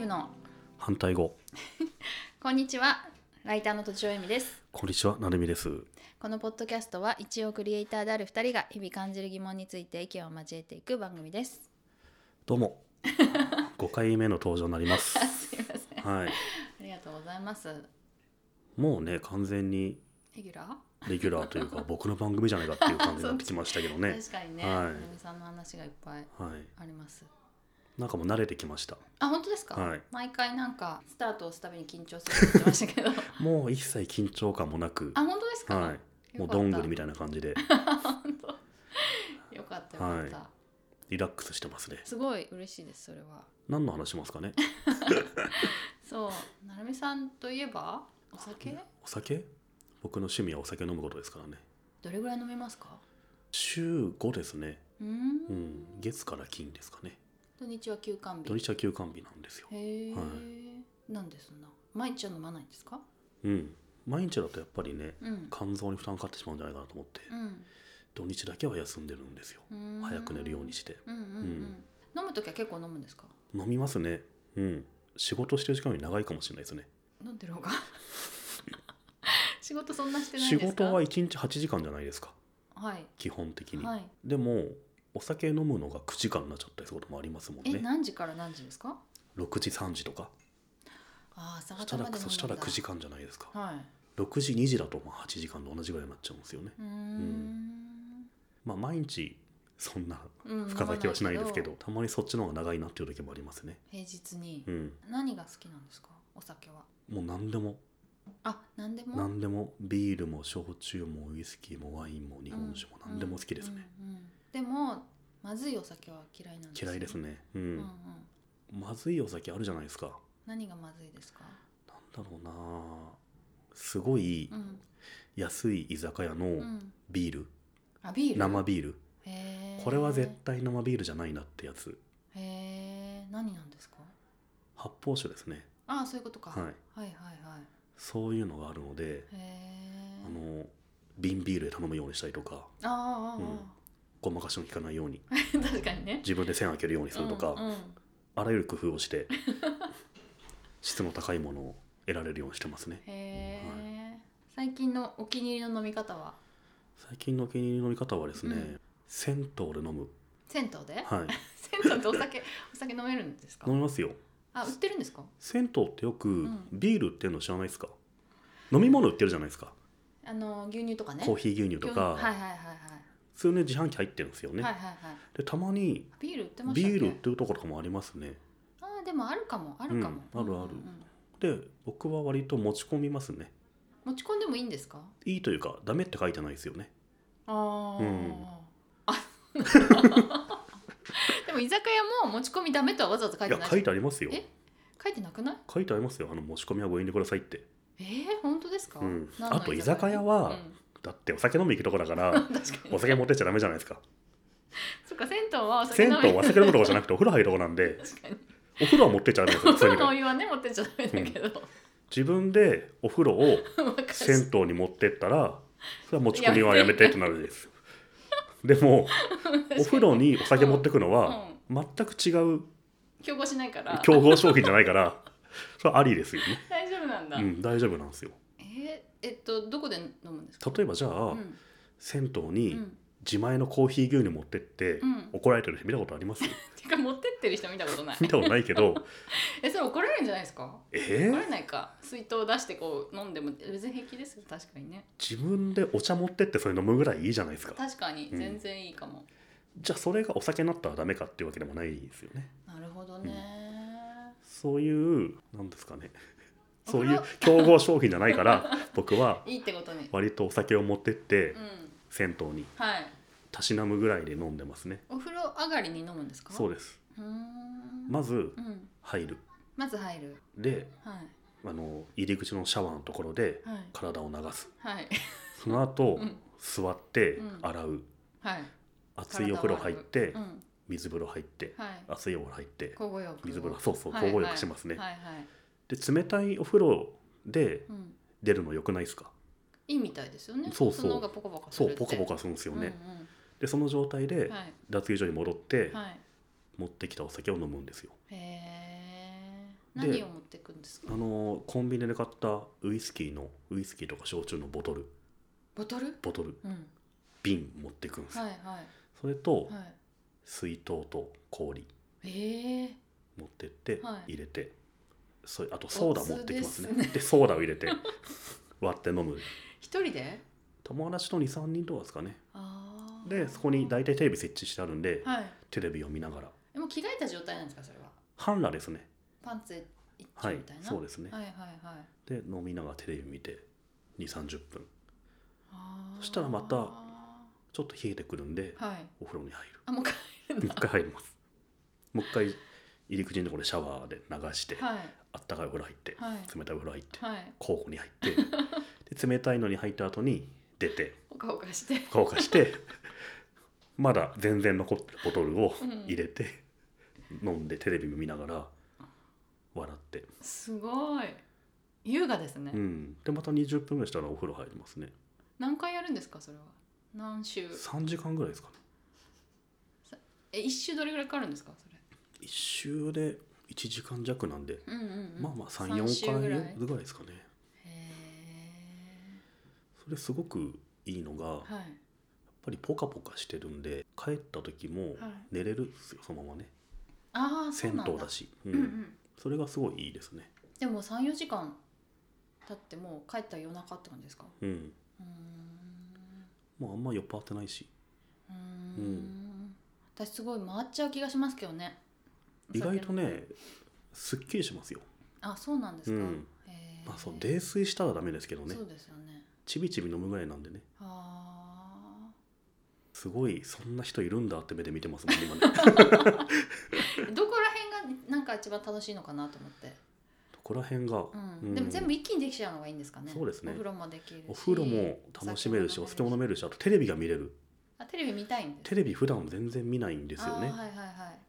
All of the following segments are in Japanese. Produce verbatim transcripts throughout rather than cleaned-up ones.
フの反対語。 こんにちは、ライターのとちおえみです。 こんにちは、なるみです。 このポッドキャストは一応クリエイターであるふたりが日々感じる疑問について意見を交えていく番組です。 どうもごかいめの登場になりますすいません、 はい、 ありがとうございます。 もうね完全にレギュラーレギュラーというか僕の番組じゃないかっていう感じになってきましたけどね確かにね、 はいなるみさんの話がいっぱいはい、 あります。 なんかもう慣れてきました。 あ、本当ですか、 はい、 毎回なんかスタートを押すたびに緊張するって言ってましたけどもう一切緊張感もなく、 あ、本当ですか、 はい、もうどんぐりみたいな感じで本当よかったよかった、 はい、リラックスしてますね。 すごい嬉しいです。それは何の話しますかねそう、なるみさんといえばお酒お酒僕の趣味はお酒飲むことですからね。 どれぐらい飲めますか？ 週ごですね。 うーん、 うん、月から金ですかね。 土日は休館日。 土日は休館日なんですよ。 へえ、 はなんでそんな毎日は飲まないんですか？ うん、毎日だとやっぱりね、 うん肝臓に負担かかってしまうんじゃないかなと思って、 うん土日だけは休んでるんですよ。 うーん、 早く寝るようにして。 うんうんうん、 うん飲むときは結構飲むんですか？ 飲みますね。うん、仕事してる時間より長いかもしれないですね。 飲んでる方が仕事そんなしてない仕ですか？ 事はいちにちはちじかんじゃないですか、 はい、 基本的に、 はい、 でもお酒飲むのがくじかんになっちゃったりすることもありますもんえ、 ね。 何時から何時ですか？ ろくじさんじとか。 あ、朝そしたら方まで飲むんだ。 そしたらくじかんじゃないですか。 はい、 ろくじにじだとまあはちじかんと同じぐらいになっちゃうんですよね。 うーん、 まあ毎日そんなうん深酒はしないですけど、 飲またまにそっちの方が長いなっていう時もありますね。 平日に、 うん、 何が好きなんですか？お酒は。 もう何でもあ、何でも。 何でもビールも焼酎もウイスキーもワインも日本酒も何でも好きですね。 うんうんうん、でもまずいお酒は嫌いなんですよ。 嫌いですね。うん、 うんうん、 まずいお酒あるじゃないですか。 何がまずいですか？ なんだろうな、すごいうん安い居酒屋のうんビール、 あ、ビール。 生ビール、 へー、 これは絶対生ビールじゃないなってやつ。 へー、何なんですか？ 発泡酒ですね。 ああ、そういうことか、 はい、 はいはいはい。 そういうのがあるので、 へあの瓶ビールで頼むようにしたりとか、 ー、ああ、 うんごまかしの効かないように確かにね、 自分で栓開けるようにするとか、 うんうん、 あらゆる工夫をして質の高いものを得られるようにしてますね。 へー、 は最近のお気に入りの飲み方は？ 最近のお気に入りの飲み方はですね、 うん銭湯で飲む。 銭湯で、 はい銭湯ってお酒お酒飲めるんですか？ 飲みますよ。 あ、売ってるんですか？ 銭湯ってよくんビール売ってるの知らないですか？飲み物売ってるじゃないですか。 あの牛乳とかね、 コーヒー牛乳とか、 はいはいはいはい普通ね自販機入ってるんですよね、 はいはいはい。 でたまにビール売ってましたっけ？ ビール売ってるところとかもありますね。 あー、でもあるかもあるかも、 うんあるあるうんうん、 で僕は割と持ち込みますね。 持ち込んでもいいんですか？ いいというかダメって書いてないですよね。 ああ、 うんあでも居酒屋も持ち込みダメとはわざわざ書いてない。 いや書いてありますよ。 え、書いてなくない？ 書いてありますよ。あの持ち込みはご遠慮くださいって。 えー、本当ですか？ うん何のあと居酒屋は、 うんだってお酒飲み行くとこだから確かにお酒持ってっちゃダメじゃないですか。 そっか、銭湯はお酒飲銭め湯はお酒飲むとこじゃなくてお風呂入るとこなんで確かにお風呂は持ってっちゃダメですよ。 お風呂のおそういう意味で湯はね持ってっちゃダメだけど、 自分でお風呂を銭湯に持ってったらそれは持ち込みはやめてってなるんですでもお風呂にお酒持ってくのは全く違う競合しないから競合商品じゃないからそれはありですよね。 大丈夫なんだ、 うん、大丈夫なんですよ。 えー、えっとどこで飲むんですか？ 例えばじゃあ、 うん銭湯うにん、 自前のコーヒー牛乳持ってって、 うん怒られてる人見たことあります？ てか持ってってる人見たことない見たことないけどえ、それ怒られるんじゃないですか？ えー、 怒られないか。水筒出してこう飲んでも別に平気ですよ。確かにね、 自分でお茶持ってってそれ飲むぐらいいいじゃないですか。 確かにうん全然いいかも、 じゃあそれがお酒になったらダメかっていうわけでもないですよね。 なるほどね、 そういうなんですかねおそう風呂いう競合商品じゃないから僕はいいってことに、 割とお酒を持ってってうん、 銭湯にはい。 たしなむぐらいで飲んでますね。 お風呂上がりに飲むんですか？ そうです。 うーん、 まずうん、 入る。 まず入る、 ではいあの入り口のシャワーのところではい体を流す。 はいその後、 うん座ってうん洗う。 はい、 熱いお風呂入ってうん、 水風呂入ってはい、 熱いお風呂入って交互浴を、 水風呂そうそうはい交互浴しますね。 はいはい、 で冷たいお風呂でうん、 出るの良くないですか？ いいみたいですよね。 そうそうその方がポカポカすそうるって。 ポカポカするんですよね。 うんうんでその状態ではい脱衣所に戻ってはい、 持ってきたお酒を飲むんですよ。 へえ。 何を持っていくんですか？ あのコンビニで買ったウイスキーのウイスキーとか焼酎のボトルボトルボトル、 うん、 瓶持っていくんですよ、 はいはいそれと、 はい、 水筒と氷えー、 持ってってはい入れて、それあとソーダ持ってきますね。 おつですねでソーダを入れて割って飲む。 一人で？ 友達と にさんにんとかですかね。 あー、 でそこに大体テレビ設置してあるんで、 はい、 テレビを見ながら。 えもう着替えた状態なんですかそれは？ 半裸ですね。 パンツ一はい丁みたいな、 そうですね、 はいはいはいで飲みながらテレビ見てにじゅうさんじゅっぷん、 あー、 そしたらまたちょっと冷えてくるんで、 はい、 お風呂に入る。 あもう帰るんだもう一回入ります。もう一回入り口のところでシャワーで流して、 はいあったかいお風呂入って、 はい冷たいお風呂入って、 はい交互に入ってで冷たいのに入った後に出てほかほかして乾かしてまだ全然残ってるボトルを入れて、うん、飲んでテレビ見ながら笑って、 すごい優雅ですね、 うん、でまたにじゅっぷんぐらいしたらお風呂入りますね。 何回やるんですかそれは？何周？ さんじかんぐらいですかね。 え一周どれぐらいかかるんですかそれ？ いっ周でいちじかん弱なんで、 うんうんうん、 まあまあさん、よんかいぐらいですかね。 へそれすごくいいのが、 ー、はい、 やっぱりポカポカしてるんで帰った時も寝れるんですよ、そのままね。 ああそう銭なんだ。 湯だし、うんうんうん、 それがすごいいいですね。 でもさん、よじかん経ってもう帰ったら夜中って感じですか？ うん、 うーん、 もうあんま酔っ払ってないし、 うーん、うん、私すごい回っちゃう気がしますけどね。 意外とねすっきりしますよ。 あ、そうなんですか、 うんへー、 まあ、そう泥酔したらダメですけどね。 そうですよね。 ちびちび飲むぐらいなんでね。 あすごいそんな人いるんだって目で見てますもん今ねどこら辺がなんか一番楽しいのかなと思って。 どこら辺が、 うん、でも全部一気にできちゃうのがいいんですかね。 そうですね。 お風呂もできるし、 お風呂も楽しめるし、お酒も飲めるし、あとテレビが見れる。 あ、テレビ見たいんです。 テレビ普段全然見ないんですよね。 あ、はいはいはい。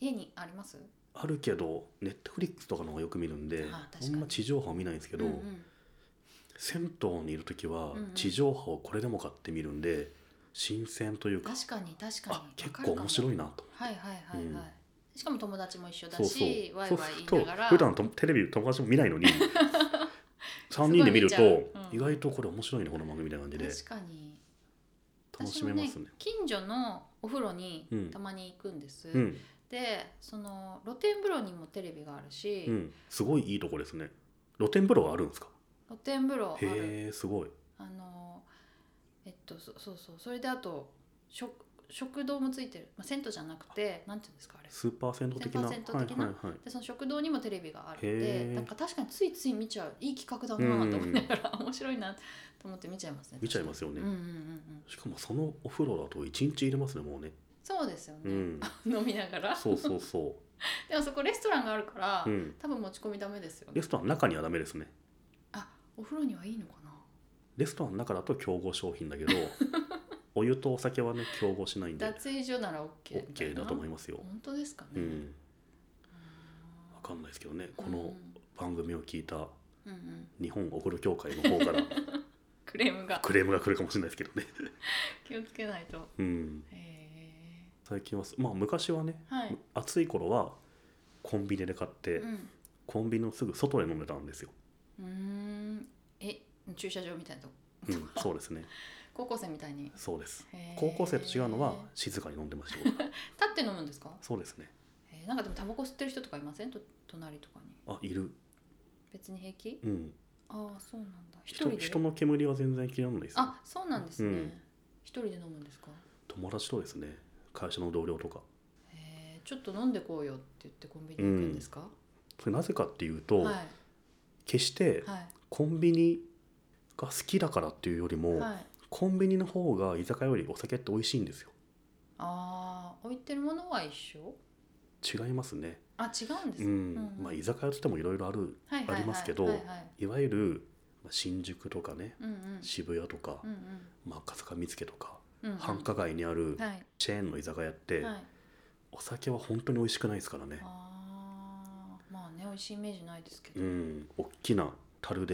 家にあります？ あるけどネットフリックスとかの方がよく見るんで、 あ、 あんま地上波を見ないんですけど、 うんうん、 銭湯にいる時はうんうん地上波をこれでもかって見るんで新鮮というか、 確かに確かにあ結構面白いなと。 はいはいはいはい、うん、しかも友達も一緒だそうそうしワイワイ言いながら、 普段とテレビ友達も見ないのにさんにんで見ると、うん、意外とこれ面白いねこの番組みたいな感じで確かに楽しめますね。 ね、近所のお風呂にたまに行くんです、 うん、 でその露天風呂にもテレビがあるし、 うん、すごいいいとこですね。露天風呂があるんですか？ 露天風呂ある。 へえ、すごい。 あのえっとそそうそうそれであと食食堂もついてる、まあ、銭湯じゃなくてなんていうんですかあれ、 スーパー銭湯的な、 スーパー銭湯的な、 はいはいはい、 でその食堂にもテレビがあってへー、 なんか確かについつい見ちゃう、いい企画だなと思いながら、うん、面白いなと思って見ちゃいますね。 見ちゃいますよね、 うんうんうんうん、 しかもそのお風呂だといちにち入れますねもうね。 そうですよね、うん、飲みながらそうそうそうでもそこレストランがあるから、 うん、 多分持ち込みダメですよね。 レストランの中にはダメですね。 あ、お風呂にはいいのかな。 レストランの中だと競合商品だけどお湯とお酒はね競合しないんで脱衣所なら OK みたいな。 OK だと思いますよ。 本当ですかね。 うん、分かんないですけどね、この番組を聞いた日本お風呂協会の方からクレームがクレームが来るかもしれないですけどね気をつけないと、 うん、へ最近はまあ昔はね、はい、暑い頃はコンビニで買って、うん、コンビニのすぐ外で飲んでたんですよ。 うーん、え駐車場みたいなとこうん、そうですね高校生みたいに。 そうです。高校生と違うのは静かに飲んでました立って飲むんですか？ そうですね。 なんかでもタバコ吸ってる人とかいません？と隣とかに。 あ、いる。 別に平気？ うん。 ああ、そうなんだ。 一人で人の煙は全然嫌いなんですよ。 あ、そうなんですね、うん、一人で飲むんですか？ 友達とですね、会社の同僚とか。 へえ、ちょっと飲んでこうよって言ってコンビニに行くんですか？うん、 それなぜかっていうと、はい、決してはい、 コンビニが好きだからっていうよりも、はい、コンビニの方が居酒屋よりお酒って美味しいんですよ。 ああ、置いてるものは一緒？ 違いますね。 あ、違うんです、 うんうん、まあ居酒屋としてもいろいろある、はいはいはい、ありますけど、はいはい、いわゆる新宿とかね、うんうん、渋谷とか、うんうん、まあ、赤坂見附とか、うんうん、繁華街にあるチェーンの居酒屋って、はい、お酒は本当に美味しくないですからね。 あ、まあね、美味しいイメージないですけど、 うん、大きな樽で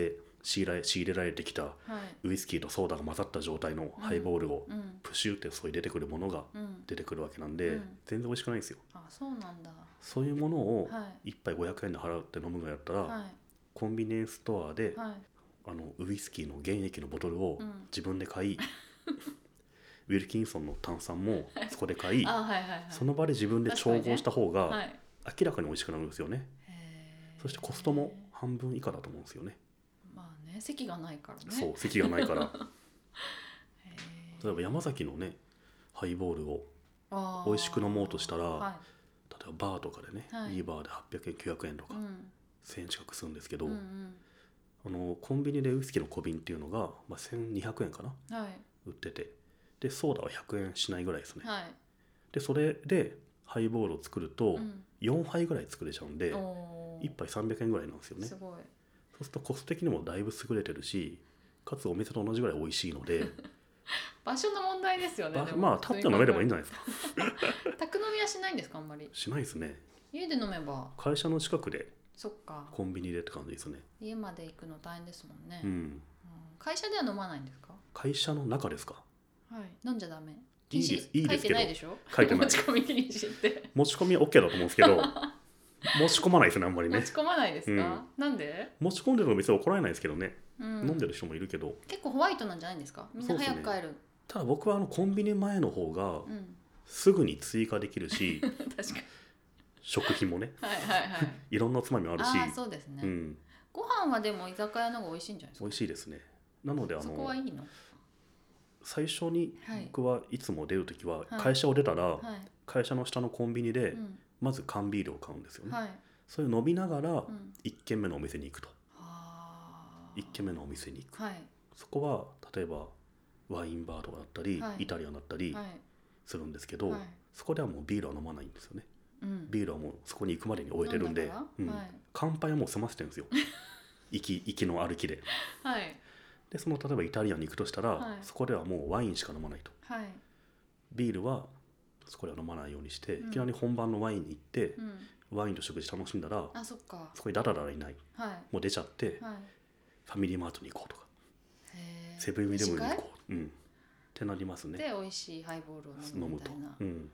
仕入れ仕入れられてきたはいウイスキーとソーダが混ざった状態のハイボールをうんプシューってそういう出てくるものがうん出てくるわけなんで、 うん全然美味しくないんですよ。 あそうなんだそういうものをはいいっぱいごひゃくえんで払って飲むのやったら、 はいコンビニエンスストアで、 はいあのウイスキーの原液のボトルをうん自分で買い、ウィルキンソンの炭酸もそこで買い、 あはいはいはいその場で自分で調合した方がはい明らかに美味しくなるんですよね。 へーそしてコストも半分以下だと思うんですよね。 まあね席がないからねそう席がないからへ例えば山崎のねハイボールをー美味しく飲もうとしたら、 は例えばバーとかでね、 はいいいバーではっぴゃくえんきゅうひゃくえんとかいうんせんえん近くするんですけど、 うんうんあのコンビニでウイスキーの小瓶っていうのが、まあ、せんにひゃくえんかなはい売ってて、でソーダはひゃくえんしないぐらいですね。 はいでそれでハイボールを作るとうんよんはいぐらい作れちゃうんで、 おーいっぱいさんびゃくえんぐらいなんですよね。 すごいそうするとコスト的にもだいぶ優れてるし、かつお店と同じぐらい美味しいので場所の問題ですよねばでもまあ立って飲めればいいんじゃないですか。 宅飲みはしないんですかあんまりしないですね。 家で飲めば会社の近くでそっかコンビニでって感じですね。 家まで行くの大変ですもんね、 ううんん。 会社では飲まないんですか会社の中ですか。 はい飲んじゃダメいいです禁止いいですけど書いてないでしょ書いてない持ち込み禁止って持ち込みは OK だと思うんですけど持ち込まないですねあんまりね。 持ち込まないですか、なんで、 持ち込んでるお店は怒られないですけどね、 うん、 飲んでる人もいるけど、 結構ホワイトなんじゃないんですかみんな早く帰るただ僕はあのコンビニ前の方がうんすぐに追加できるし、 確かに食費もねはいはいはいいろんなおつまみもあるし、 ああそうですね、 うん、 ご飯はでも居酒屋の方が美味しいんじゃないですか美味しいですね。なのであそこはのいいの最初にはい僕はいつも出るときははい会社を出たらはい、 会社の下のコンビニでうんまず缶ビールを買うんですよね。 はいそれを飲みながらうんいっけんめのお店に行くと、 はいっけんめのお店に行く。 はいそこは例えばワインバーとかだったり、 はいイタリアンだったりはいするんですけど、 はいそこではもうビールは飲まないんですよね。 うんビールはもうそこに行くまでに終えてるんで、 飲だからうんはい乾杯はもう済ませてるんですよ行き行きの歩きで。 はいでその例えばイタリアンに行くとしたら、 はいそこではもうワインしか飲まないと。 はいビールはそこでは飲まないようにして、 うんいきなり本番のワインに行って、 うんワインと食事楽しんだらあそっかそこにダラダラいない、 はいもう出ちゃって、 はいファミリーマートに行こうとかへーセブンイレブンに行短いこう、うん、ってなりますね。 で美味しいハイボールを飲飲むとむみたいな、 うん、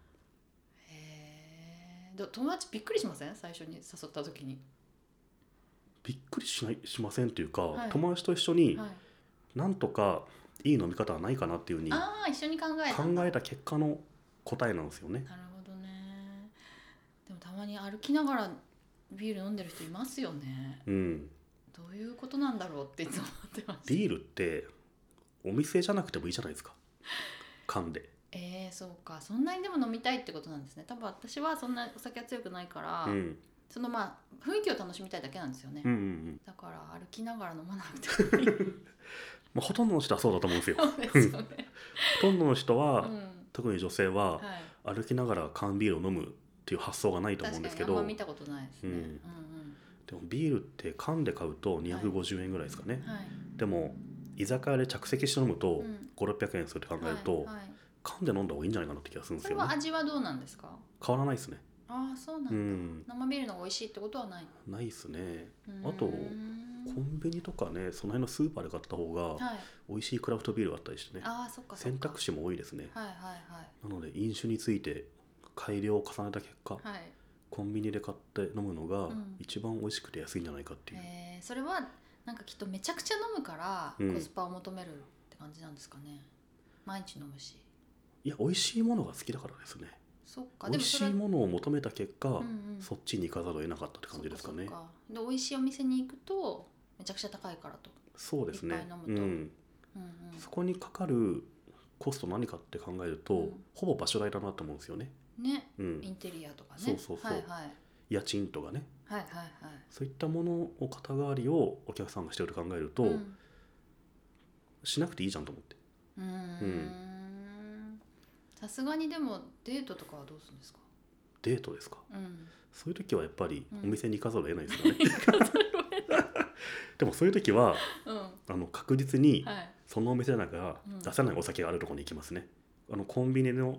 へえ友達びっくりしません最初に誘った時にびっくりしないしませんというか、 はい友達と一緒にはいなんとかいい飲み方はないかなっていうふうに考ああ一緒に考えたんだえた結果の答えなんですよね。 なるほどねでもたまに歩きながらビール飲んでる人いますよねうん、 どういうことなんだろうっていつも思ってますビールってお店じゃなくてもいいじゃないですか、缶で。 えー、そうかそんなにでも飲みたいってことなんですね多分私はそんなお酒は強くないから、 うんそのまあ雰囲気を楽しみたいだけなんですよね、 うんうんうんだから歩きながら飲まなくてもいいまあ、ほとんどの人はそうだと思うんですよ。 そうですよねほとんどの人は、 うん特に女性ははい歩きながら缶ビールを飲むっていう発想がないと思うんですけど、 確かにあんま見たことないですね、 ううんんでもビールって缶で買うとにひゃくごじゅうえんぐらいですかね、 うん、はいでも居酒屋で着席して飲むとうんごひゃくろっぴゃくえんするって考えると、 はいはい、 缶で飲んだ方がいいんじゃないかなって気がするんでそれはすよね。 味はどうなんですか変わらないですね。 ああそうなんだ、 うん生ビールの方が美味しいってことはないないですね。 うあとーんコンビニとかねその辺のスーパーで買った方がはい美味しいクラフトビールがあったりしてね、 ああそっかそっか選択肢も多いですね。 はいはいはいなので飲酒について改良を重ねた結果、 はいコンビニで買って飲むのがうん一番美味しくて安いんじゃないかっていう、 えー、それはなんかきっとめちゃくちゃ飲むからうんコスパを求めるって感じなんですかね、毎日飲むしいや美味しいものが好きだからですね。 そっか美味しいそれものを求めた結果、 うんうんそっちに行かざるを得なかったって感じですかね。 そっかそっかで美味しいお店に行くとめちゃくちゃ高いからと、 そうですねいっぱい飲むとうん、 うんうん、 そこにかかるコスト何かって考えると、 うんほぼ場所代だなと思うんですよね。 ねうんインテリアとかねそうそうそうはいはい家賃とかねはいはいはいそういったものを肩代わりをお客さんがしてると考えると、 うんしなくていいじゃんと思って。 うーんさすがにでもデートとかはどうするんですかデートですか。 うんそういう時はやっぱりうんお店に行かざるを得ないですよね、でもそういう時はうんあの確実にはいそのお店なんかうん出さないお酒があるところに行きますね。あのコンビニの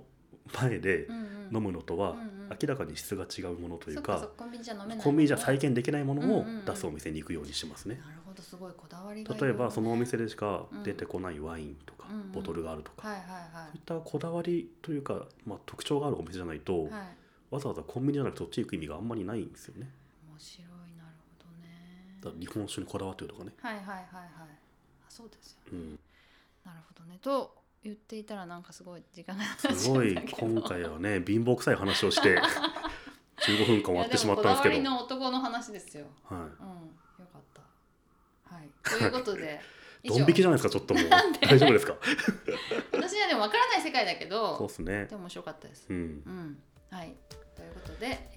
前でうんうん飲むのとはうんうん明らかに質が違うものというか、 そっかそっかコンビニじゃ飲めないもんねコンビニじゃ再現できないものをうんうんうん出すお店に行くようにしてますね。 なるほど、すごいこだわりがい例えろいろねばそのお店でしか出てこないワインとかうんうんボトルがあるとか、 はいはいはそういったこだわりというか、まあ、特徴があるお店じゃないと、 いはいわざわざコンビニじゃなくてそっち行く意味があんまりないんですよね。 面白い、なるほどね。 だから日本酒にこだわってるとかね、 はいはいはいはいあそうですよね、 うん、 なるほどねと言っていたらなんかすごい時間がすごい今回はね貧乏くさい話をしてじゅうごふんかん終わってしまったんですけど、 いやでもこだわりの男の話ですよ。 はい、 うん、よかった。はい。ということで、 ドン引きじゃないですかちょっともうなんで大丈夫ですか私にはでもわからない世界だけど、 そうですねでも面白かったです。 うんうん。はい。ということで、